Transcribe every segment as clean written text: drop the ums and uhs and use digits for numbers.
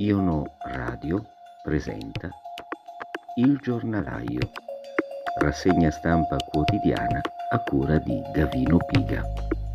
Iono Radio presenta Il Giornalaio, rassegna stampa quotidiana a cura di Gavino Piga.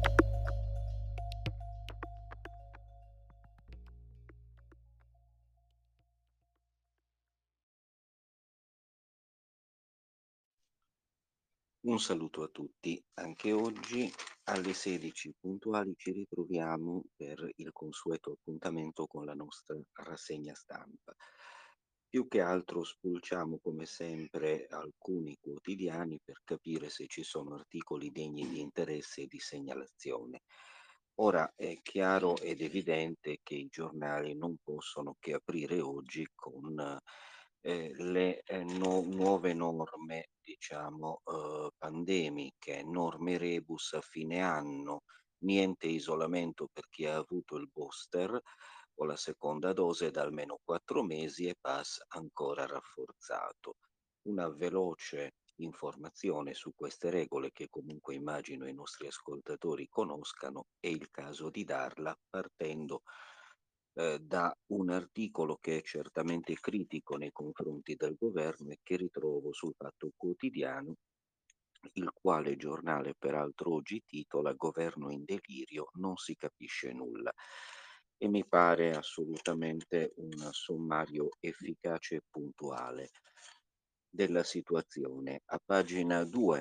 Un saluto a tutti, anche oggi alle 16 puntuali ci ritroviamo per il consueto appuntamento con la nostra rassegna stampa. Più che altro spulciamo come sempre alcuni quotidiani per capire se ci sono articoli degni di interesse e di segnalazione. Ora è chiaro ed evidente che i giornali non possono che aprire oggi con le nuove norme, diciamo, pandemiche, norme rebus a fine anno, niente isolamento per chi ha avuto il booster o la seconda dose da almeno 4 mesi e pass ancora rafforzato. Una veloce informazione su queste regole, che comunque immagino i nostri ascoltatori conoscano, è il caso di darla partendo da un articolo che è certamente critico nei confronti del governo e che ritrovo sul Fatto Quotidiano, il quale giornale peraltro oggi titola "Governo in delirio, non si capisce nulla", e mi pare assolutamente un sommario efficace e puntuale della situazione. A pagina 2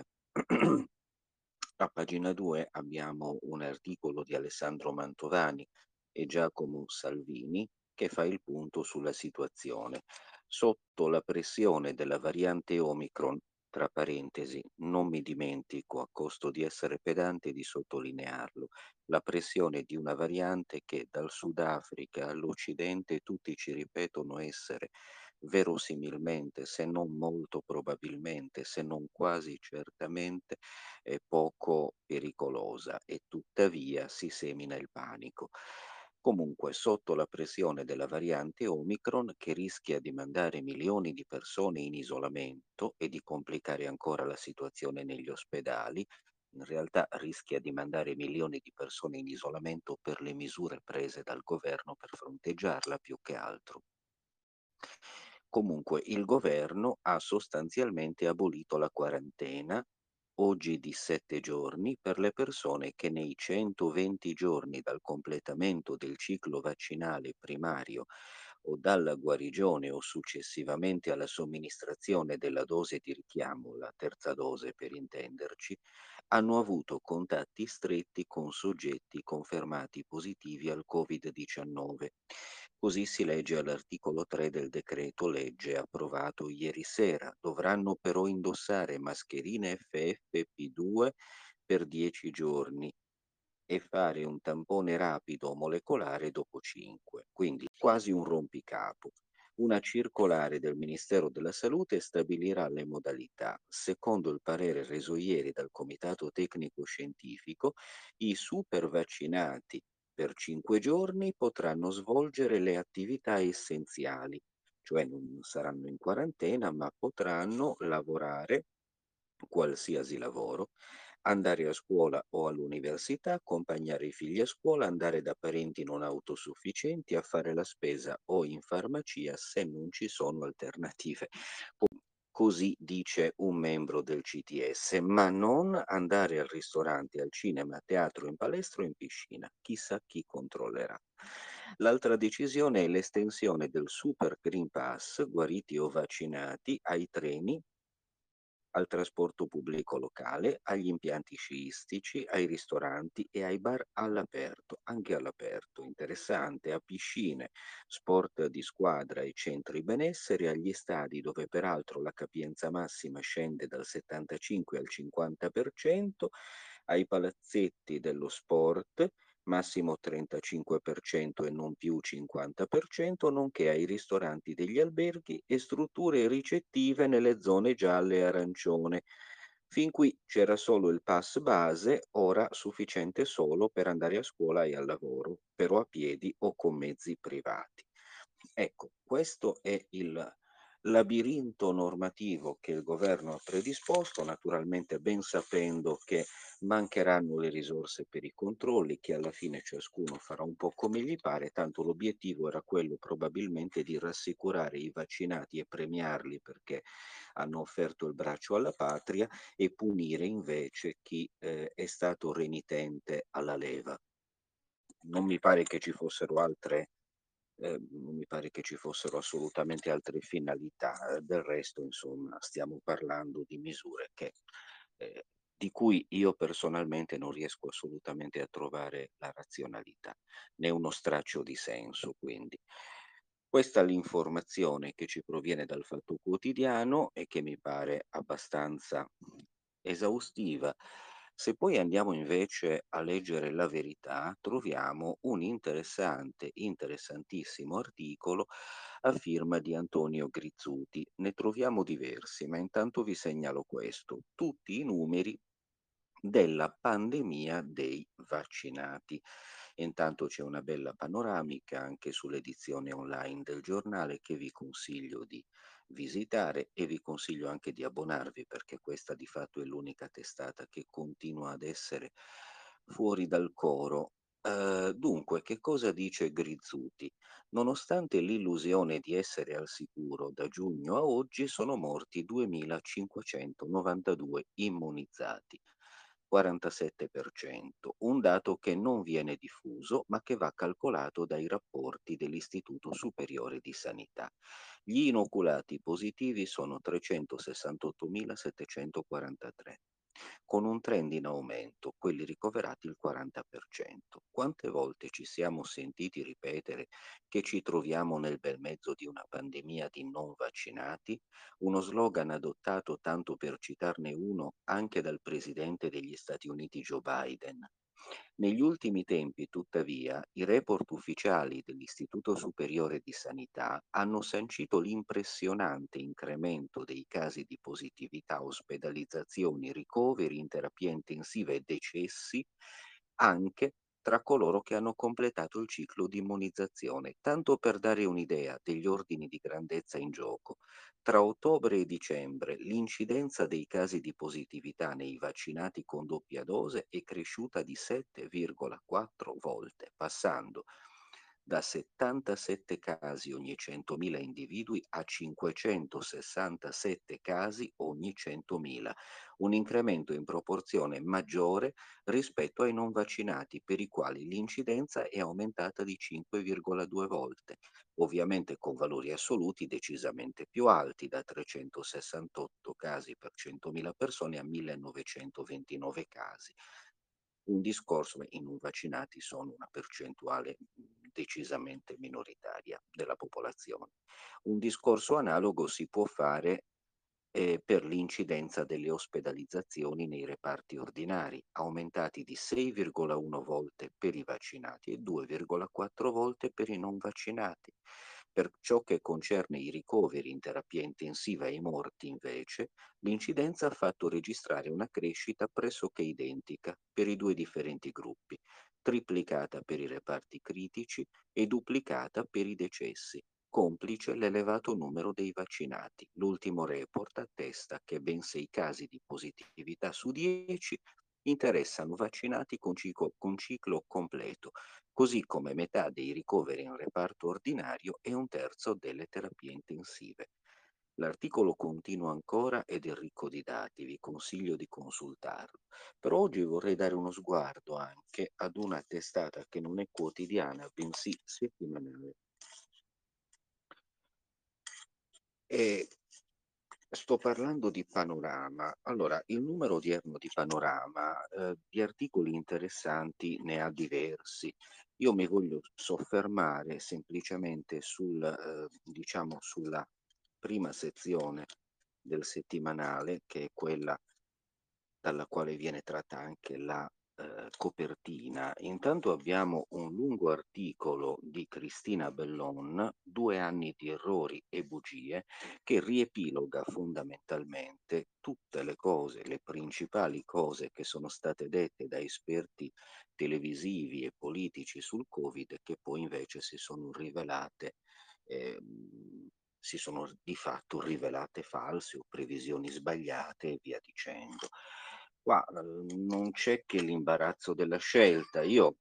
a pagina 2 abbiamo un articolo di Alessandro Mantovani e Giacomo Salvini che fa il punto sulla situazione. Sotto la pressione della variante Omicron, tra parentesi, non mi dimentico, a costo di essere pedante, di sottolinearlo, la pressione di una variante che dal Sudafrica all'Occidente tutti ci ripetono essere verosimilmente, se non molto probabilmente, se non quasi certamente, poco pericolosa, e tuttavia si semina il panico. Comunque, sotto la pressione della variante Omicron, che rischia di mandare milioni di persone in isolamento e di complicare ancora la situazione negli ospedali, in realtà rischia di mandare milioni di persone in isolamento per le misure prese dal governo per fronteggiarla più che altro. Comunque il governo ha sostanzialmente abolito la quarantena, oggi di 7 giorni, per le persone che nei 120 giorni dal completamento del ciclo vaccinale primario o dalla guarigione o successivamente alla somministrazione della dose di richiamo, la terza dose per intenderci, hanno avuto contatti stretti con soggetti confermati positivi al Covid-19. Così si legge all'articolo 3 del decreto legge approvato ieri sera. Dovranno però indossare mascherine FFP2 per 10 giorni e fare un tampone rapido o molecolare dopo 5, quindi quasi un rompicapo. Una circolare del Ministero della Salute stabilirà le modalità. Secondo il parere reso ieri dal Comitato Tecnico Scientifico, i super vaccinati per 5 giorni potranno svolgere le attività essenziali, cioè non saranno in quarantena, ma potranno lavorare, qualsiasi lavoro, andare a scuola o all'università, accompagnare i figli a scuola, andare da parenti non autosufficienti, a fare la spesa o in farmacia se non ci sono alternative. Così dice un membro del CTS, ma non andare al ristorante, al cinema, a teatro, in palestra o in piscina. Chissà chi controllerà. L'altra decisione è l'estensione del Super Green Pass, guariti o vaccinati, ai treni, al trasporto pubblico locale, agli impianti sciistici, ai ristoranti e ai bar all'aperto, anche all'aperto, interessante, a piscine, sport di squadra e centri benessere, agli stadi dove peraltro la capienza massima scende dal 75 al 50%, ai palazzetti dello sport, massimo 35% e non più 50%, nonché ai ristoranti degli alberghi e strutture ricettive nelle zone gialle e arancione. Fin qui c'era solo il pass base, ora sufficiente solo per andare a scuola e al lavoro, però a piedi o con mezzi privati. Ecco, questo è labirinto normativo che il governo ha predisposto, naturalmente ben sapendo che mancheranno le risorse per i controlli, che alla fine ciascuno farà un po' come gli pare, tanto l'obiettivo era quello probabilmente di rassicurare i vaccinati e premiarli perché hanno offerto il braccio alla patria e punire invece chi è stato renitente alla leva. Non mi pare che ci fossero altre non mi pare che ci fossero assolutamente altre finalità. Del resto, insomma, stiamo parlando di misure ehm, di cui io personalmente non riesco assolutamente a trovare la razionalità, né uno straccio di senso quindi. Questa l'informazione che ci proviene dal Fatto Quotidiano e che mi pare abbastanza esaustiva. Se poi andiamo invece a leggere La Verità, troviamo un interessantissimo articolo a firma di Antonio Grizzuti. Ne troviamo diversi, ma intanto vi segnalo questo: tutti i numeri della pandemia dei vaccinati. Intanto c'è una bella panoramica anche sull'edizione online del giornale che vi consiglio di visitare e vi consiglio anche di abbonarvi perché questa di fatto è l'unica testata che continua ad essere fuori dal coro. Dunque, che cosa dice Grizzuti? Nonostante l'illusione di essere al sicuro, da giugno a oggi sono morti 2.592 immunizzati, 47%, un dato che non viene diffuso ma che va calcolato dai rapporti dell'Istituto Superiore di Sanità. Gli inoculati positivi sono 368.743, con un trend in aumento, quelli ricoverati il 40%. Quante volte ci siamo sentiti ripetere che ci troviamo nel bel mezzo di una pandemia di non vaccinati? Uno slogan adottato, tanto per citarne uno, anche dal presidente degli Stati Uniti Joe Biden. Negli ultimi tempi, tuttavia, i report ufficiali dell'Istituto Superiore di Sanità hanno sancito l'impressionante incremento dei casi di positività, ospedalizzazioni, ricoveri in terapia intensiva e decessi anche tra coloro che hanno completato il ciclo di immunizzazione. Tanto per dare un'idea degli ordini di grandezza in gioco, tra ottobre e dicembre l'incidenza dei casi di positività nei vaccinati con doppia dose è cresciuta di 7,4 volte, passando da 77 casi ogni 100.000 individui a 567 casi ogni 100.000, un incremento in proporzione maggiore rispetto ai non vaccinati, per i quali l'incidenza è aumentata di 5,2 volte, ovviamente con valori assoluti decisamente più alti, da 368 casi per 100.000 persone a 1929 casi. Un discorso, beh, i non vaccinati sono una percentuale decisamente minoritaria della popolazione. Un discorso analogo si può fare per l'incidenza delle ospedalizzazioni nei reparti ordinari, aumentati di 6,1 volte per i vaccinati e 2,4 volte per i non vaccinati. Per ciò che concerne i ricoveri in terapia intensiva e i morti, invece, l'incidenza ha fatto registrare una crescita pressoché identica per i due differenti gruppi, triplicata per i reparti critici e duplicata per i decessi, complice l'elevato numero dei vaccinati. L'ultimo report attesta che ben 6 casi di positività su 10 interessano vaccinati con ciclo completo, così come metà dei ricoveri in reparto ordinario e un terzo delle terapie intensive. L'articolo continua ancora ed è ricco di dati, vi consiglio di consultarlo. Però oggi vorrei dare uno sguardo anche ad una testata che non è quotidiana, bensì settimanale. E sto parlando di Panorama. Allora, il numero odierno di Panorama, di articoli interessanti ne ha diversi. Io mi voglio soffermare semplicemente diciamo, sulla prima sezione del settimanale, che è quella dalla quale viene tratta anche la copertina. Intanto abbiamo un lungo articolo di Cristina Bellon, "Due anni di errori e bugie", che riepiloga fondamentalmente tutte le cose, le principali cose che sono state dette da esperti televisivi e politici sul Covid, che poi invece si sono rivelate ehm, si sono di fatto rivelate false o previsioni sbagliate e via dicendo. Qua non c'è che l'imbarazzo della scelta. Io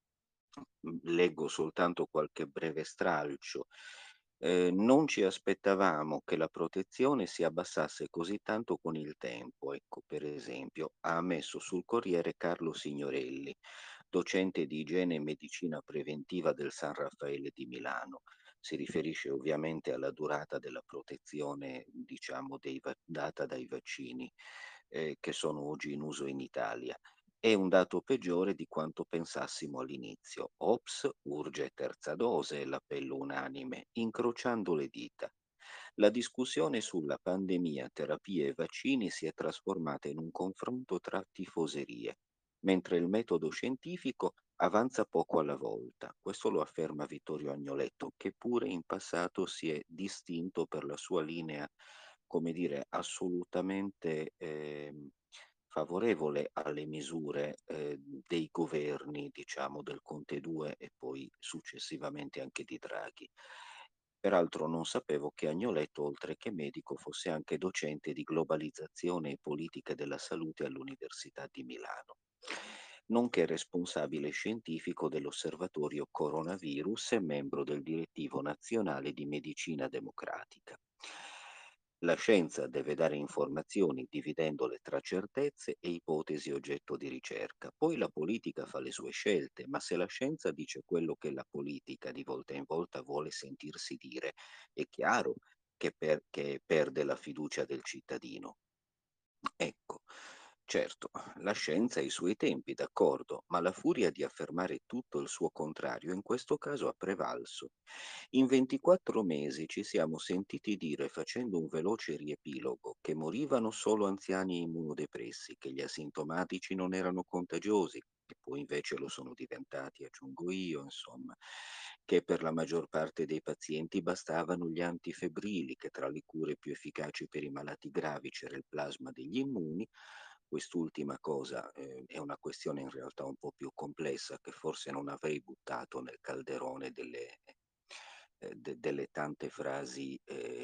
leggo soltanto qualche breve stralcio. Non ci aspettavamo che la protezione si abbassasse così tanto con il tempo. Ecco, per esempio, ha ammesso sul Corriere Carlo Signorelli, docente di igiene e medicina preventiva del San Raffaele di Milano. Si riferisce ovviamente alla durata della protezione, diciamo, data dai vaccini, che sono oggi in uso in Italia. È un dato peggiore di quanto pensassimo all'inizio. Ops, urge terza dose, è l'appello unanime, incrociando le dita. La discussione sulla pandemia, terapie e vaccini si è trasformata in un confronto tra tifoserie, mentre il metodo scientifico avanza poco alla volta. Questo lo afferma Vittorio Agnoletto, che pure in passato si è distinto per la sua linea, come dire, assolutamente favorevole alle misure dei governi, diciamo, del Conte 2 e poi successivamente anche di Draghi. Peraltro non sapevo che Agnoletto, oltre che medico, fosse anche docente di globalizzazione e politica della salute all'Università di Milano, nonché responsabile scientifico dell'Osservatorio Coronavirus e membro del Direttivo Nazionale di Medicina Democratica. La scienza deve dare informazioni dividendole tra certezze e ipotesi oggetto di ricerca. Poi la politica fa le sue scelte, ma se la scienza dice quello che la politica di volta in volta vuole sentirsi dire, è chiaro che perde la fiducia del cittadino. Ecco, certo, la scienza ha i suoi tempi, d'accordo, ma la furia di affermare tutto il suo contrario in questo caso ha prevalso. In 24 mesi ci siamo sentiti dire, facendo un veloce riepilogo, che morivano solo anziani immunodepressi, che gli asintomatici non erano contagiosi, che poi invece lo sono diventati, aggiungo io, insomma, che per la maggior parte dei pazienti bastavano gli antifebbrili, che tra le cure più efficaci per i malati gravi c'era il plasma degli immuni. Quest'ultima cosa è una questione in realtà un po' più complessa che forse non avrei buttato nel calderone delle tante frasi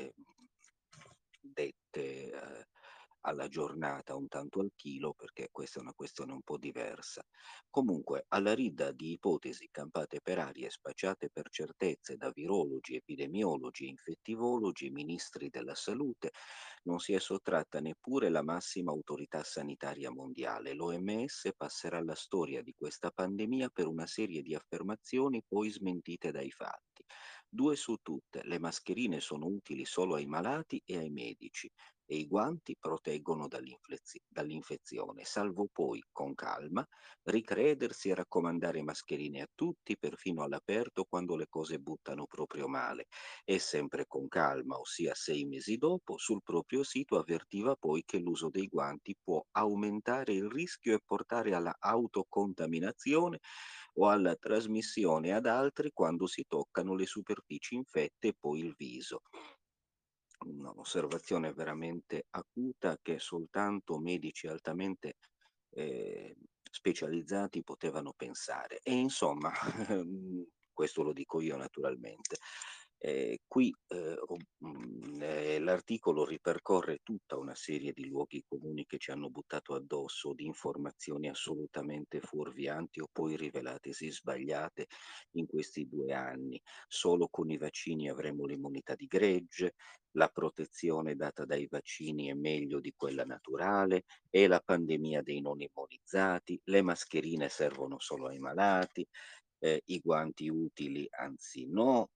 dette alla giornata un tanto al chilo, perché questa è una questione un po' diversa. Comunque, alla ridda di ipotesi campate per aria e spacciate per certezze da virologi, epidemiologi, infettivologi, ministri della salute, non si è sottratta neppure la massima autorità sanitaria mondiale. L'OMS passerà alla storia di questa pandemia per una serie di affermazioni poi smentite dai fatti. Due su tutte, le mascherine sono utili solo ai malati e ai medici e i guanti proteggono dall'infezione, salvo poi, con calma, ricredersi e raccomandare mascherine a tutti, perfino all'aperto, quando le cose buttano proprio male. E sempre con calma, ossia 6 mesi dopo, sul proprio sito avvertiva poi che l'uso dei guanti può aumentare il rischio e portare alla autocontaminazione o alla trasmissione ad altri quando si toccano le superfici infette e poi il viso. Un'osservazione veramente acuta che soltanto medici altamente specializzati potevano pensare. E insomma, questo lo dico io naturalmente. Qui l'articolo ripercorre tutta una serie di luoghi comuni che ci hanno buttato addosso, di informazioni assolutamente fuorvianti o poi rivelatesi sbagliate in questi 2 anni. Solo con i vaccini avremo l'immunità di gregge, la protezione data dai vaccini è meglio di quella naturale, è la pandemia dei non immunizzati, le mascherine servono solo ai malati, i guanti utili, anzi no,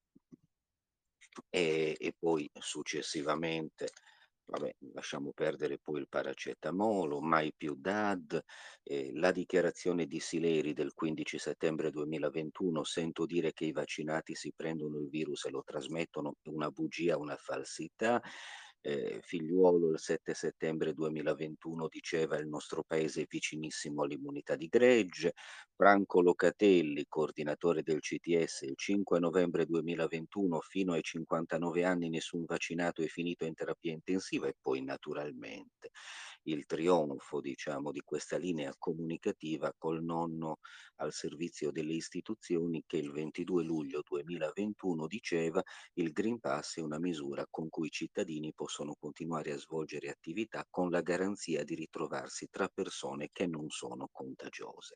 e poi successivamente, vabbè, lasciamo perdere poi il paracetamolo, mai più DAD, la dichiarazione di Sileri del 15 settembre 2021, sento dire che i vaccinati si prendono il virus e lo trasmettono, è una bugia, una falsità. Figliuolo il 7 settembre 2021 diceva il nostro paese è vicinissimo all'immunità di gregge. Franco Locatelli, coordinatore del CTS, il 5 novembre 2021, fino ai 59 anni nessun vaccinato è finito in terapia intensiva e poi naturalmente il trionfo, diciamo, di questa linea comunicativa col nonno al servizio delle istituzioni che il 22 luglio 2021 diceva: "Il Green Pass è una misura con cui i cittadini possono continuare a svolgere attività con la garanzia di ritrovarsi tra persone che non sono contagiose".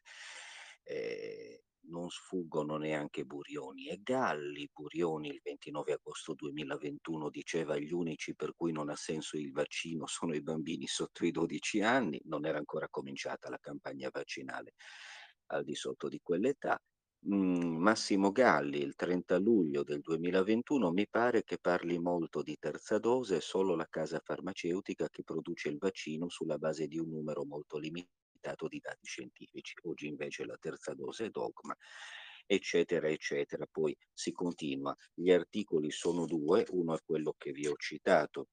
Non sfuggono neanche Burioni e Galli. Burioni il 29 agosto 2021 diceva: "Gli unici per cui non ha senso il vaccino sono i bambini sotto i 12 anni". Non era ancora cominciata la campagna vaccinale al di sotto di quell'età. Massimo Galli il 30 luglio del 2021: "Mi pare che parli molto di terza dose solo la casa farmaceutica che produce il vaccino sulla base di un numero molto limitato di dati scientifici. Oggi invece la terza dose è dogma", eccetera, eccetera. Poi si continua. Gli articoli sono 2, uno è quello che vi ho citato,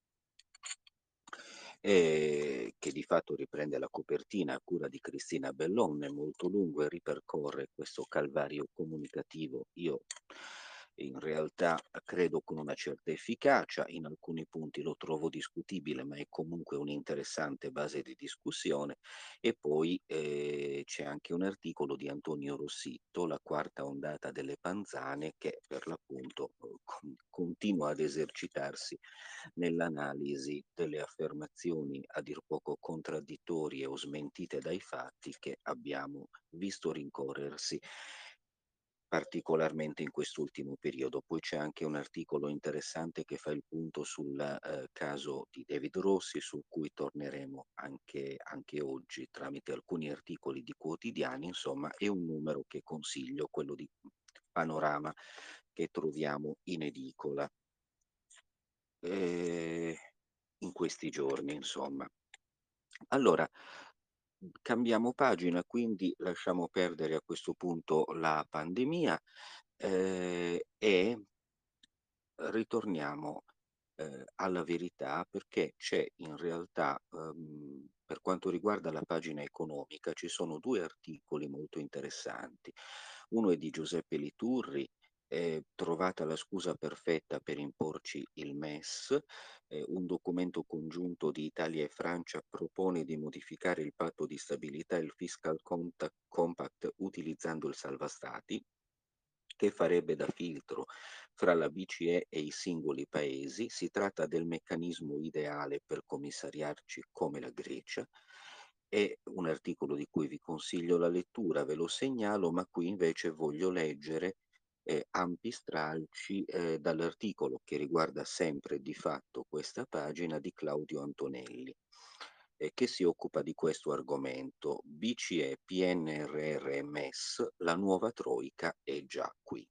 che di fatto riprende la copertina a cura di Cristina Bellon, è molto lungo e ripercorre questo calvario comunicativo. Io in realtà credo con una certa efficacia, in alcuni punti lo trovo discutibile, ma è comunque un'interessante base di discussione. E poi c'è anche un articolo di Antonio Rossitto, La quarta ondata delle panzane, che per l'appunto continua ad esercitarsi nell'analisi delle affermazioni a dir poco contraddittorie o smentite dai fatti che abbiamo visto rincorrersi particolarmente in quest'ultimo periodo. Poi c'è anche un articolo interessante che fa il punto sul caso di David Rossi, su cui torneremo anche oggi tramite alcuni articoli di quotidiani. Insomma, è un numero che consiglio, quello di Panorama, che troviamo in edicola ehm, in questi giorni, insomma. Allora, cambiamo pagina, quindi lasciamo perdere a questo punto la pandemia, e ritorniamo, alla verità, perché c'è in realtà, per quanto riguarda la pagina economica, ci sono 2 articoli molto interessanti. Uno è di Giuseppe Liturri, "Trovata la scusa perfetta per imporci il MES", un documento congiunto di Italia e Francia propone di modificare il patto di stabilità e il fiscal compact utilizzando il salva stati, che farebbe da filtro fra la BCE e i singoli paesi. Si tratta del meccanismo ideale per commissariarci come la Grecia. È un articolo di cui vi consiglio la lettura, ve lo segnalo, ma qui invece voglio leggere ampi stralci dall'articolo che riguarda sempre di fatto questa pagina di Claudio Antonelli, che si occupa di questo argomento. BCE, PNRR e MES, la nuova troica è già qui.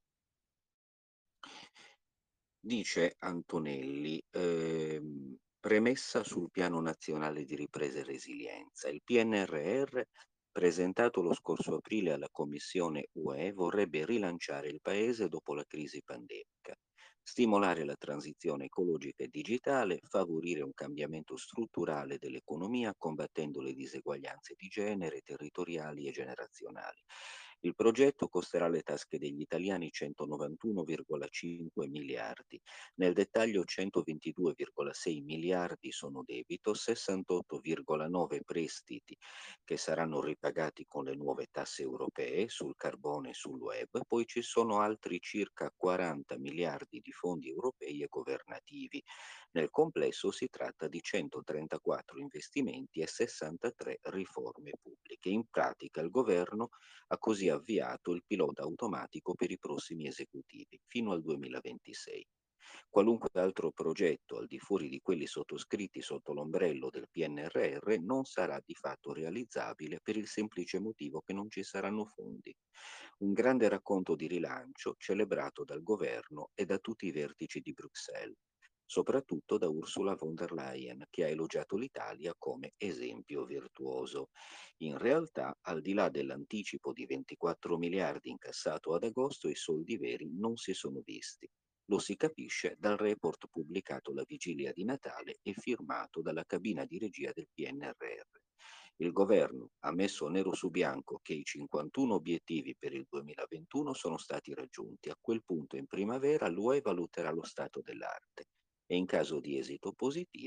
Dice Antonelli, premessa sul Piano Nazionale di Ripresa e Resilienza. Il PNRR, presentato lo scorso aprile alla Commissione UE, vorrebbe rilanciare il Paese dopo la crisi pandemica, stimolare la transizione ecologica e digitale, favorire un cambiamento strutturale dell'economia combattendo le diseguaglianze di genere, territoriali e generazionali. Il progetto costerà alle tasche degli italiani 191,5 miliardi. Nel dettaglio 122,6 miliardi sono debito, 68,9 prestiti che saranno ripagati con le nuove tasse europee sul carbone e sul web, poi ci sono altri circa 40 miliardi di fondi europei e governativi. Nel complesso si tratta di 134 investimenti e 63 riforme pubbliche. In pratica il governo ha così avviato il pilota automatico per i prossimi esecutivi, fino al 2026. Qualunque altro progetto al di fuori di quelli sottoscritti sotto l'ombrello del PNRR non sarà di fatto realizzabile per il semplice motivo che non ci saranno fondi. Un grande racconto di rilancio celebrato dal governo e da tutti i vertici di Bruxelles, soprattutto da Ursula von der Leyen, che ha elogiato l'Italia come esempio virtuoso. In realtà, al di là dell'anticipo di 24 miliardi incassato ad agosto, i soldi veri non si sono visti. Lo si capisce dal report pubblicato la vigilia di Natale e firmato dalla cabina di regia del PNRR. Il governo ha messo nero su bianco che i 51 obiettivi per il 2021 sono stati raggiunti. A quel punto in primavera l'UE valuterà lo stato dell'arte e in caso di esito positivo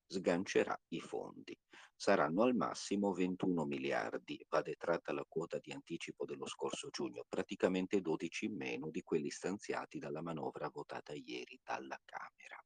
sgancerà i fondi. Saranno al massimo 21 miliardi, va detratta la quota di anticipo dello scorso giugno, praticamente 12 in meno di quelli stanziati dalla manovra votata ieri dalla Camera.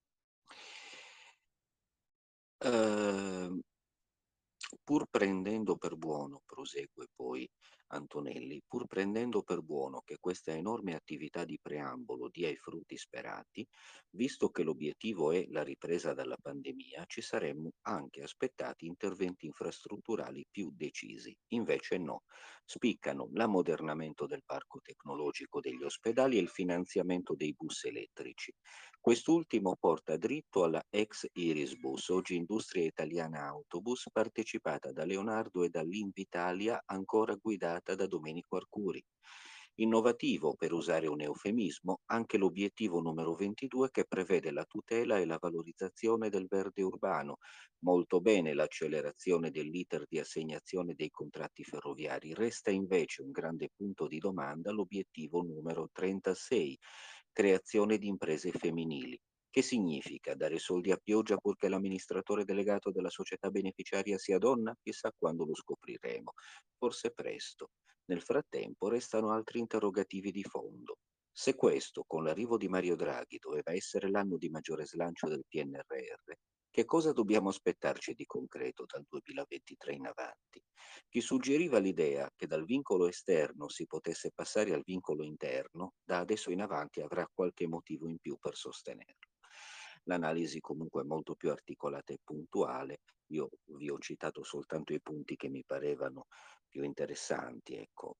Ehm, Pur prendendo per buono, prosegue poi Antonelli, pur prendendo per buono che questa enorme attività di preambolo dia i frutti sperati, visto che l'obiettivo è la ripresa dalla pandemia, ci saremmo anche aspettati interventi infrastrutturali più decisi. Invece no, spiccano l'ammodernamento del parco tecnologico degli ospedali e il finanziamento dei bus elettrici. Quest'ultimo porta dritto alla ex Irisbus, oggi Industria Italiana Autobus, partecipata da Leonardo e dall'Invitalia, ancora guidata da Domenico Arcuri. Innovativo, per usare un eufemismo, anche l'obiettivo numero 22 che prevede la tutela e la valorizzazione del verde urbano. Molto bene l'accelerazione dell'iter di assegnazione dei contratti ferroviari. Resta invece un grande punto di domanda l'obiettivo numero 36, creazione di imprese femminili. Che significa dare soldi a pioggia purché l'amministratore delegato della società beneficiaria sia donna? Chissà quando lo scopriremo. Forse presto. Nel frattempo restano altri interrogativi di fondo. Se questo, con l'arrivo di Mario Draghi, doveva essere l'anno di maggiore slancio del PNRR, che cosa dobbiamo aspettarci di concreto dal 2023 in avanti? Chi suggeriva l'idea che dal vincolo esterno si potesse passare al vincolo interno, da adesso in avanti avrà qualche motivo in più per sostenerlo. L'analisi comunque è molto più articolata e puntuale. Io vi ho citato soltanto i punti che mi parevano più interessanti, ecco.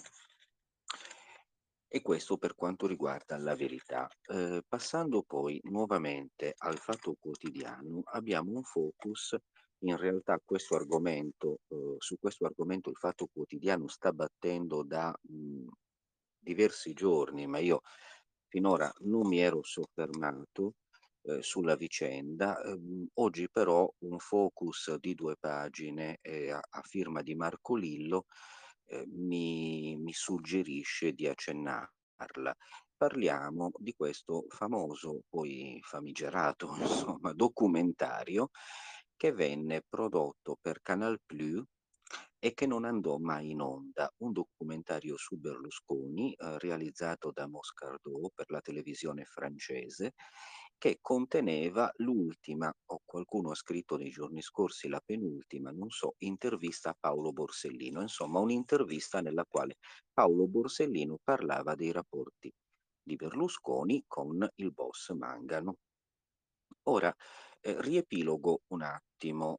E questo per quanto riguarda la verità. Passando poi nuovamente al Fatto Quotidiano, abbiamo un focus. In realtà questo argomento, su questo argomento il Fatto Quotidiano sta battendo da diversi giorni, ma io finora non mi ero soffermato sulla vicenda. Oggi però un focus di 2 pagine a firma di Marco Lillo mi suggerisce di accennarla. Parliamo di questo famoso, poi famigerato, insomma, documentario che venne prodotto per Canal Plus e che non andò mai in onda. Un documentario su Berlusconi, realizzato da Moscardò per la televisione francese, che conteneva l'ultima, o qualcuno ha scritto nei giorni scorsi la penultima, non so, intervista a Paolo Borsellino. Insomma, un'intervista nella quale Paolo Borsellino parlava dei rapporti di Berlusconi con il boss Mangano. Ora, riepilogo un attimo.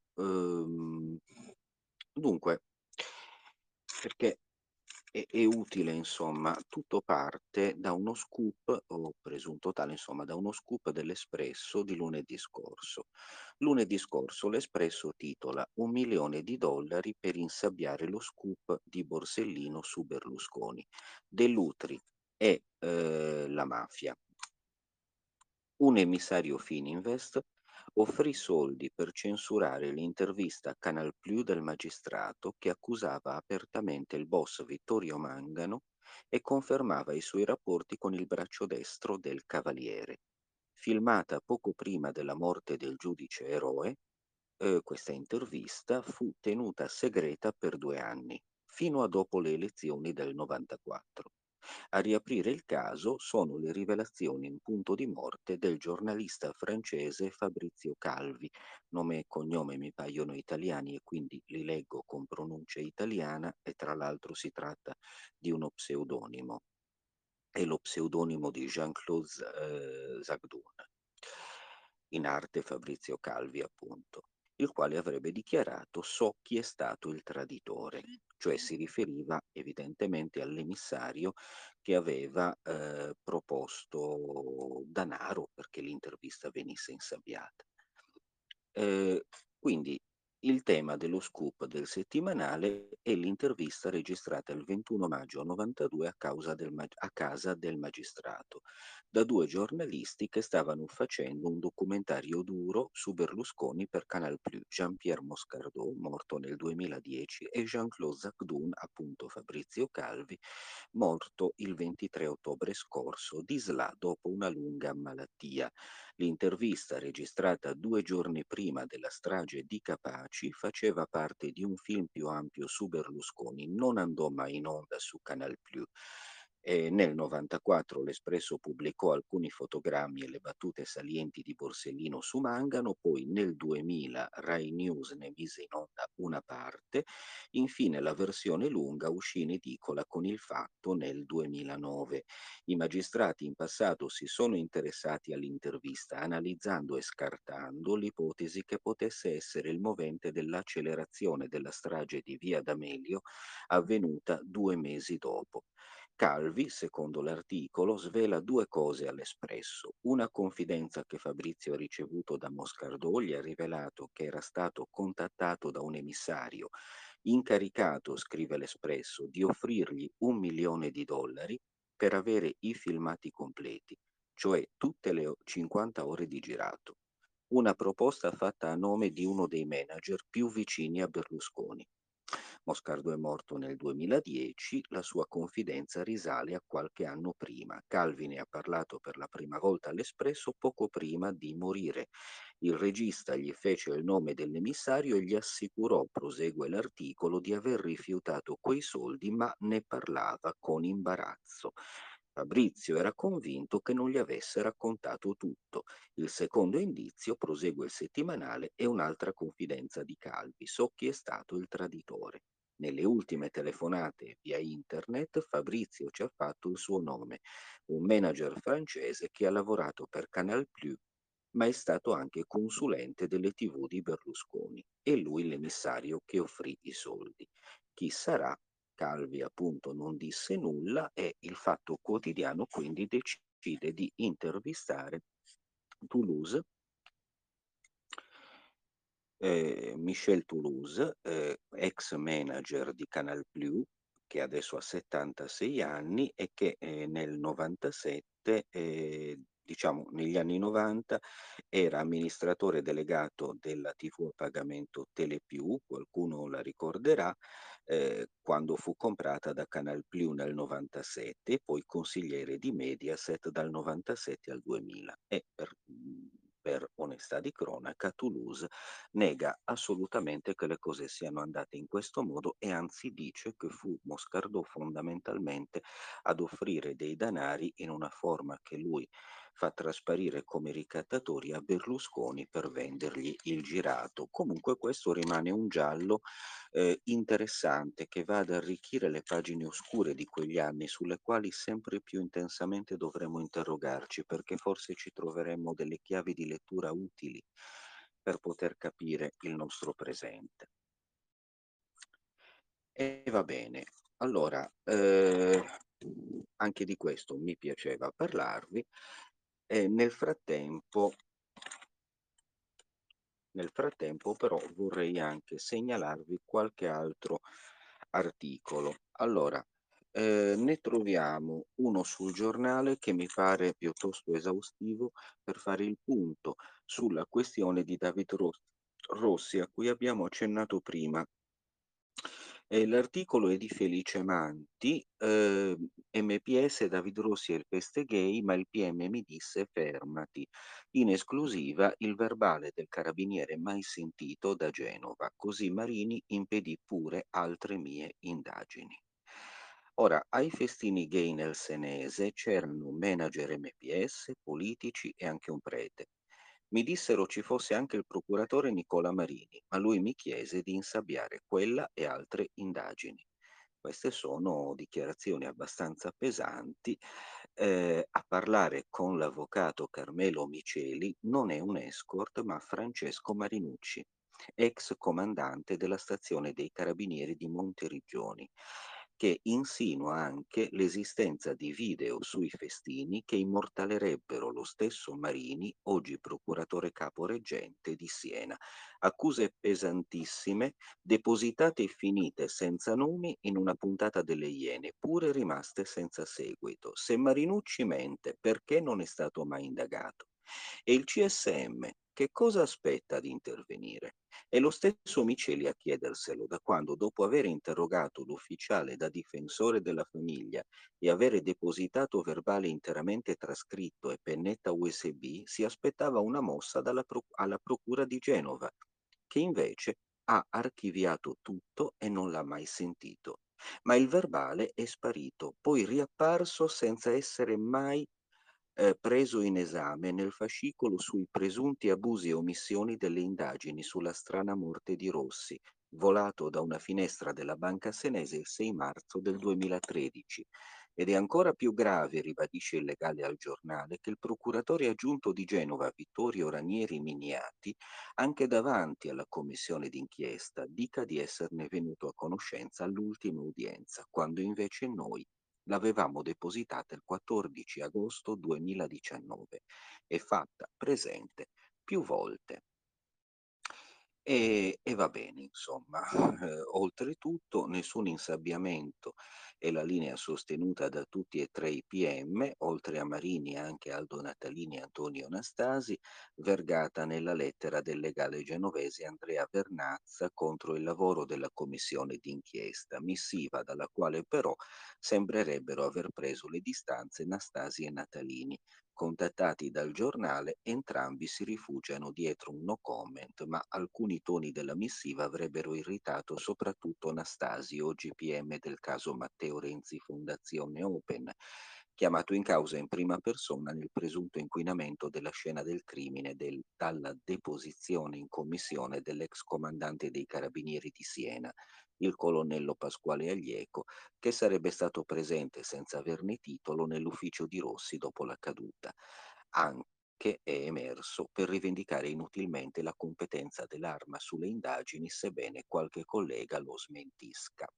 Dunque, perché è utile, insomma, tutto parte da uno scoop, o presunto tale, insomma, da uno scoop dell'Espresso di lunedì scorso. Lunedì scorso l'Espresso titola "Un milione di dollari per insabbiare lo scoop di Borsellino su Berlusconi. Dell'Utri e la mafia. Un emissario Fininvest offrì soldi per censurare l'intervista a Canal Plus del magistrato che accusava apertamente il boss Vittorio Mangano e confermava i suoi rapporti con il braccio destro del Cavaliere. Filmata poco prima della morte del giudice eroe, questa intervista fu tenuta segreta per 2 anni, fino a dopo le elezioni del 94. A riaprire il caso sono le rivelazioni in punto di morte del giornalista francese Fabrizio Calvi. Nome e cognome mi paiono italiani e quindi li leggo con pronuncia italiana, e tra l'altro si tratta di uno pseudonimo. È lo pseudonimo di Jean-Claude Zagdoun, in arte Fabrizio Calvi appunto, il quale avrebbe dichiarato: "So chi è stato il traditore", cioè si riferiva evidentemente all'emissario che aveva proposto danaro perché l'intervista venisse insabbiata. Quindi Il tema dello scoop del settimanale è l'intervista registrata il 21 maggio 92 a casa del magistrato, da due giornalisti che stavano facendo un documentario duro su Berlusconi per Canal+, Jean-Pierre Moscardò, morto nel 2010, e Jean-Claude Zacdoun, appunto Fabrizio Calvi, morto il 23 ottobre scorso di SLA dopo una lunga malattia. L'intervista, registrata 2 giorni prima della strage di Capaci, faceva parte di un film più ampio su Berlusconi, non andò mai in onda su Canal+. E nel 94 l'Espresso pubblicò alcuni fotogrammi e le battute salienti di Borsellino su Mangano, poi nel 2000 Rai News ne mise in onda una parte, infine la versione lunga uscì in edicola con Il Fatto nel 2009. I magistrati in passato si sono interessati all'intervista, analizzando e scartando l'ipotesi che potesse essere il movente dell'accelerazione della strage di Via D'Amelio avvenuta 2 mesi dopo. Calvi, secondo l'articolo, svela due cose all'Espresso. Una confidenza che Fabrizio ha ricevuto da Moscardò gli ha rivelato che era stato contattato da un emissario incaricato, scrive l'Espresso, di offrirgli $1 milione per avere i filmati completi, cioè tutte le 50 ore di girato. Una proposta fatta a nome di uno dei manager più vicini a Berlusconi. Moscardo è morto nel 2010, la sua confidenza risale a qualche anno prima. Calvi ne ha parlato per la prima volta all'Espresso poco prima di morire. Il regista gli fece il nome dell'emissario e gli assicurò, prosegue l'articolo, di aver rifiutato quei soldi, ma ne parlava con imbarazzo. Fabrizio era convinto che non gli avesse raccontato tutto. Il secondo indizio, prosegue il settimanale, è un'altra confidenza di Calvi. So chi è stato il traditore. Nelle ultime telefonate via internet Fabrizio ci ha fatto il suo nome, un manager francese che ha lavorato per Canal+, ma è stato anche consulente delle TV di Berlusconi e lui l'emissario che offrì i soldi. Chi sarà? Calvi appunto non disse nulla e il Fatto Quotidiano quindi decide di intervistare Toulouse, Michel Toulouse, ex manager di Canal+, che adesso ha 76 anni e che nel 97, diciamo negli anni 90, era amministratore delegato della TV a pagamento Telepiù, qualcuno la ricorderà, quando fu comprata da Canal+ nel 97 e poi consigliere di Mediaset dal 97 al 2000 e per onestà di cronaca Toulouse nega assolutamente che le cose siano andate in questo modo e anzi dice che fu Moscardò fondamentalmente ad offrire dei danari in una forma che lui fa trasparire come ricattatori a Berlusconi per vendergli il girato. Comunque questo rimane un giallo interessante che va ad arricchire le pagine oscure di quegli anni sulle quali sempre più intensamente dovremo interrogarci perché forse ci troveremo delle chiavi di lettura utili per poter capire il nostro presente. E va bene, allora anche di questo mi piaceva parlarvi e nel frattempo però vorrei anche segnalarvi qualche altro articolo. Allora, ne troviamo uno sul giornale che mi pare piuttosto esaustivo per fare il punto sulla questione di Rossi a cui abbiamo accennato prima. L'articolo è di Felice Manti, MPS David Rossi e il peste gay, ma il PM mi disse fermati. In esclusiva il verbale del carabiniere mai sentito da Genova, così Marini impedì pure altre mie indagini. Ora, ai festini gay nel Senese c'erano manager MPS, politici e anche un prete. Mi dissero ci fosse anche il procuratore Nicola Marini, ma lui mi chiese di insabbiare quella e altre indagini. Queste sono dichiarazioni abbastanza pesanti. A parlare con l'avvocato Carmelo Miceli non è un escort, ma Francesco Marinucci, ex comandante della stazione dei Carabinieri di Monteriggioni. che insinua anche l'esistenza di video sui festini che immortalerebbero lo stesso Marini, oggi procuratore capo reggente di Siena. Accuse pesantissime, depositate e finite senza nomi in una puntata delle Iene, pure rimaste senza seguito. Se Marinucci mente, perché non è stato mai indagato? E il CSM che cosa aspetta di intervenire? È lo stesso Miceli a chiederselo da quando, dopo aver interrogato l'ufficiale da difensore della famiglia e avere depositato verbale interamente trascritto e pennetta USB, si aspettava una mossa alla Procura di Genova, che invece ha archiviato tutto e non l'ha mai sentito. Ma il verbale è sparito, poi riapparso senza essere mai preso in esame nel fascicolo sui presunti abusi e omissioni delle indagini sulla strana morte di Rossi, volato da una finestra della banca senese il 6 marzo del 2013. Ed è ancora più grave, ribadisce il legale al giornale, che il procuratore aggiunto di Genova, Vittorio Ranieri Miniati, anche davanti alla commissione d'inchiesta, dica di esserne venuto a conoscenza all'ultima udienza, quando invece noi l'avevamo depositata il 14 agosto 2019 e fatta presente più volte. E va bene, insomma. Oltretutto nessun insabbiamento è la linea sostenuta da tutti e tre i PM, oltre a Marini anche Aldo Natalini e Antonio Nastasi, vergata nella lettera del legale genovese Andrea Vernazza contro il lavoro della commissione d'inchiesta, missiva dalla quale però sembrerebbero aver preso le distanze Nastasi e Natalini. Contattati dal giornale, entrambi si rifugiano dietro un no comment, ma alcuni toni della missiva avrebbero irritato soprattutto Nastasi, oggi PM del caso Matteo Renzi Fondazione Open, chiamato in causa in prima persona nel presunto inquinamento della scena del crimine dalla deposizione in commissione dell'ex comandante dei Carabinieri di Siena, il colonnello Pasquale Aglieco, che sarebbe stato presente senza averne titolo nell'ufficio di Rossi dopo la caduta. Anche è emerso per rivendicare inutilmente la competenza dell'Arma sulle indagini, sebbene qualche collega lo smentisca.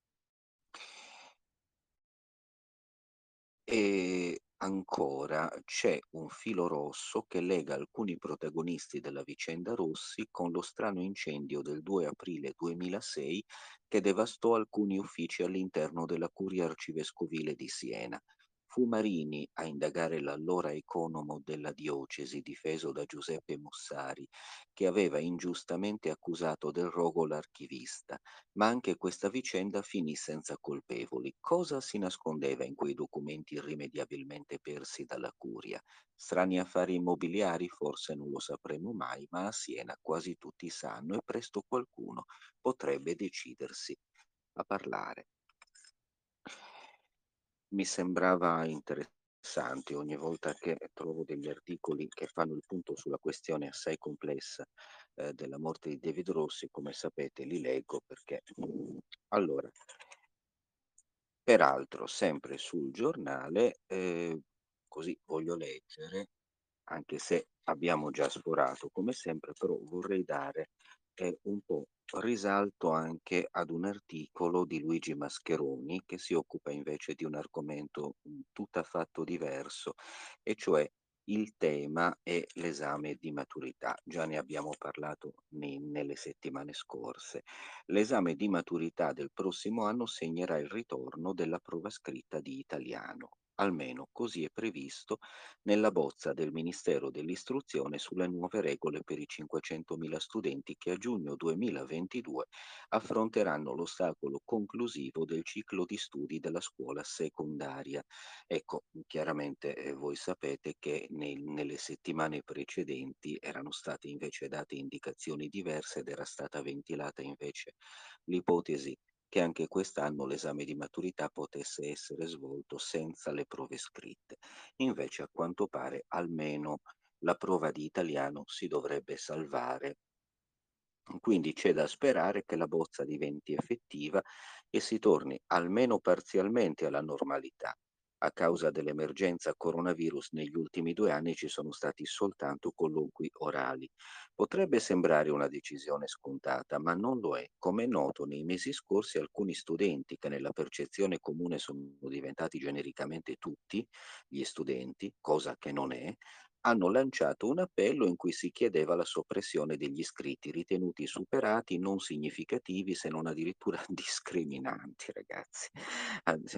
E ancora c'è un filo rosso che lega alcuni protagonisti della vicenda Rossi con lo strano incendio del 2 aprile 2006 che devastò alcuni uffici all'interno della Curia Arcivescovile di Siena. Fu Marini a indagare l'allora economo della diocesi, difeso da Giuseppe Mussari, che aveva ingiustamente accusato del rogo l'archivista, ma anche questa vicenda finì senza colpevoli. Cosa si nascondeva in quei documenti irrimediabilmente persi dalla Curia? Strani affari immobiliari? Forse non lo sapremo mai, ma a Siena quasi tutti sanno e presto qualcuno potrebbe decidersi a parlare. Mi sembrava interessante ogni volta che trovo degli articoli che fanno il punto sulla questione assai complessa della morte di David Rossi, come sapete li leggo perché allora, peraltro sempre sul giornale, così voglio leggere, anche se abbiamo già sforato come sempre, però vorrei dare un po' risalto anche ad un articolo di Luigi Mascheroni che si occupa invece di un argomento tutt'affatto diverso, e cioè il tema è l'esame di maturità. Già ne abbiamo parlato nelle settimane scorse. L'esame di maturità del prossimo anno segnerà il ritorno della prova scritta di italiano. Almeno così è previsto nella bozza del Ministero dell'Istruzione sulle nuove regole per i 500.000 studenti che a giugno 2022 affronteranno l'ostacolo conclusivo del ciclo di studi della scuola secondaria. Ecco, chiaramente voi sapete che nelle settimane precedenti erano state invece date indicazioni diverse ed era stata ventilata invece l'ipotesi che anche quest'anno l'esame di maturità potesse essere svolto senza le prove scritte. Invece a quanto pare almeno la prova di italiano si dovrebbe salvare. Quindi c'è da sperare che la bozza diventi effettiva e si torni almeno parzialmente alla normalità. A causa dell'emergenza coronavirus negli ultimi 2 anni ci sono stati soltanto colloqui orali. Potrebbe sembrare una decisione scontata, ma non lo è. Come è noto, nei mesi scorsi alcuni studenti, che nella percezione comune sono diventati genericamente tutti gli studenti, cosa che non è, hanno lanciato un appello in cui si chiedeva la soppressione degli iscritti ritenuti superati, non significativi, se non addirittura discriminanti, ragazzi. Anzi,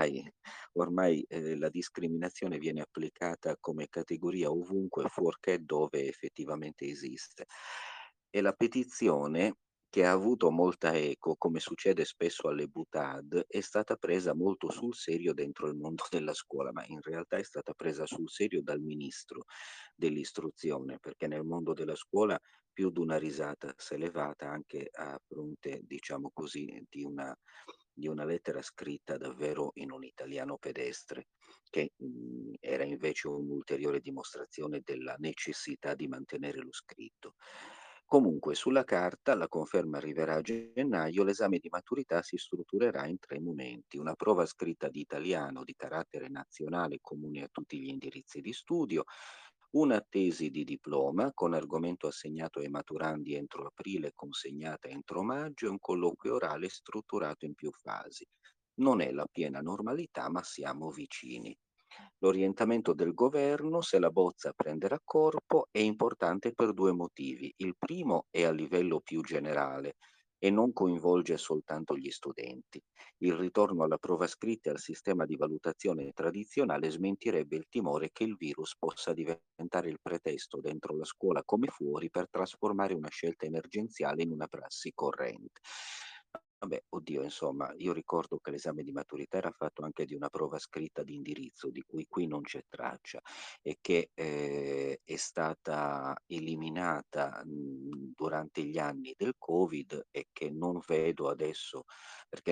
ormai la discriminazione viene applicata come categoria ovunque, fuorché dove effettivamente esiste. E la petizione, che ha avuto molta eco, come succede spesso alle Butad, è stata presa molto sul serio dentro il mondo della scuola, ma in realtà è stata presa sul serio dal ministro dell'istruzione, perché nel mondo della scuola più d'una risata s'è levata anche a fronte, diciamo così, di una lettera scritta davvero in un italiano pedestre, che era invece un'ulteriore dimostrazione della necessità di mantenere lo scritto. Comunque, sulla carta la conferma arriverà a gennaio, l'esame di maturità si strutturerà in 3 momenti: una prova scritta di italiano di carattere nazionale comune a tutti gli indirizzi di studio, una tesi di diploma con argomento assegnato ai maturandi entro aprile e consegnata entro maggio, e un colloquio orale strutturato in più fasi. Non è la piena normalità, ma siamo vicini. L'orientamento del governo, se la bozza prenderà corpo, è importante per 2 motivi. Il primo è a livello più generale e non coinvolge soltanto gli studenti. Il ritorno alla prova scritta e al sistema di valutazione tradizionale smentirebbe il timore che il virus possa diventare il pretesto dentro la scuola come fuori per trasformare una scelta emergenziale in una prassi corrente. Vabbè, oddio, insomma, io ricordo che l'esame di maturità era fatto anche di una prova scritta di indirizzo, di cui qui non c'è traccia, e che è stata eliminata durante gli anni del Covid, e che non vedo adesso, perché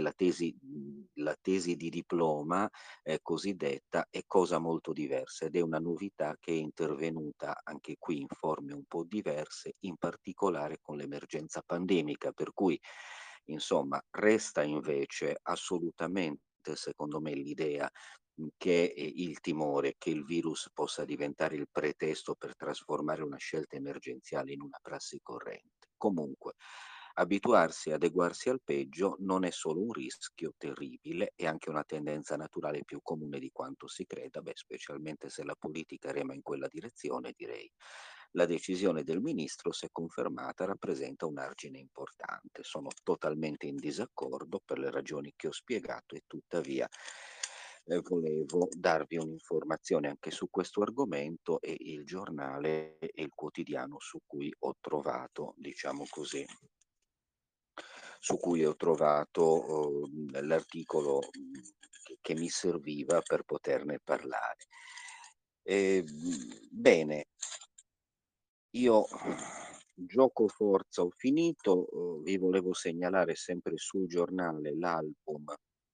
la tesi di diploma cosiddetta è cosa molto diversa, ed è una novità che è intervenuta anche qui in forme un po' diverse, in particolare con l'emergenza pandemica, per cui insomma resta invece assolutamente, secondo me, l'idea che il timore che il virus possa diventare il pretesto per trasformare una scelta emergenziale in una prassi corrente. Comunque, abituarsi e adeguarsi al peggio non è solo un rischio terribile, è anche una tendenza naturale più comune di quanto si creda, beh, specialmente se la politica rema in quella direzione, direi. La decisione del ministro, se confermata, rappresenta un argine importante. Sono totalmente in disaccordo per le ragioni che ho spiegato, e tuttavia volevo darvi un'informazione anche su questo argomento, e il giornale e il quotidiano su cui ho trovato l'articolo che mi serviva per poterne parlare. Bene, io gioco forza ho finito, vi volevo segnalare sempre sul giornale l'album,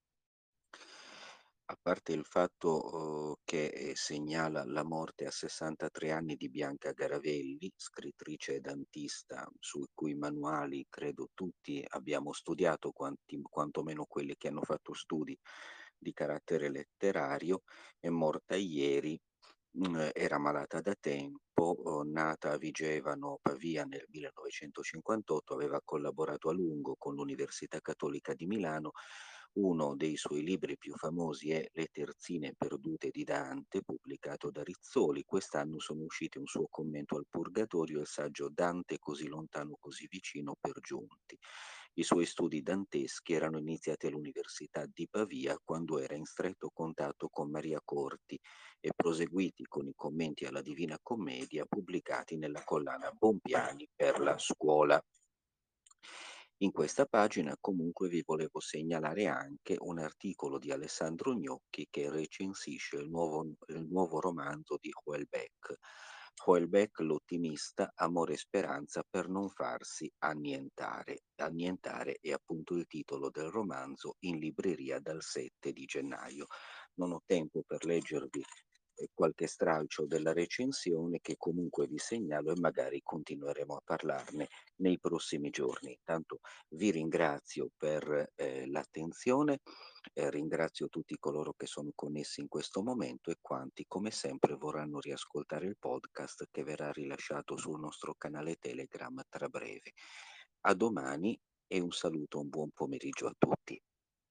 a parte il fatto che segnala la morte a 63 anni di Bianca Garavelli, scrittrice e dantista, sui cui manuali credo tutti abbiamo studiato, quantomeno quelli che hanno fatto studi di carattere letterario. È morta ieri. Era malata da tempo, nata a Vigevano, Pavia nel 1958, aveva collaborato a lungo con l'Università Cattolica di Milano. Uno dei suoi libri più famosi è Le terzine perdute di Dante, pubblicato da Rizzoli. Quest'anno sono usciti un suo commento al Purgatorio e il saggio Dante così lontano, così vicino per Giunti. I suoi studi danteschi erano iniziati all'Università di Pavia, quando era in stretto contatto con Maria Corti, e proseguiti con i commenti alla Divina Commedia pubblicati nella collana Bompiani per la scuola. In questa pagina comunque vi volevo segnalare anche un articolo di Alessandro Gnocchi, che recensisce il nuovo romanzo di Houellebecq. Houellebecq, l'ottimista, amore e speranza per non farsi annientare. Annientare è appunto il titolo del romanzo, in libreria dal 7 di gennaio. Non ho tempo per leggervi qualche stralcio della recensione che comunque vi segnalo e magari continueremo a parlarne nei prossimi giorni. Intanto vi ringrazio per l'attenzione, ringrazio tutti coloro che sono connessi in questo momento e quanti come sempre vorranno riascoltare il podcast che verrà rilasciato sul nostro canale Telegram tra breve. A domani e un saluto, un buon pomeriggio a tutti.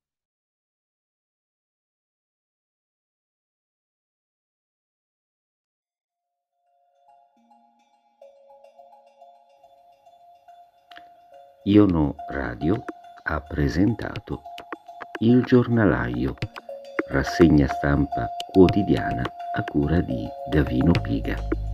Iono Radio ha presentato Il Giornalaio, rassegna stampa quotidiana a cura di Gavino Piga.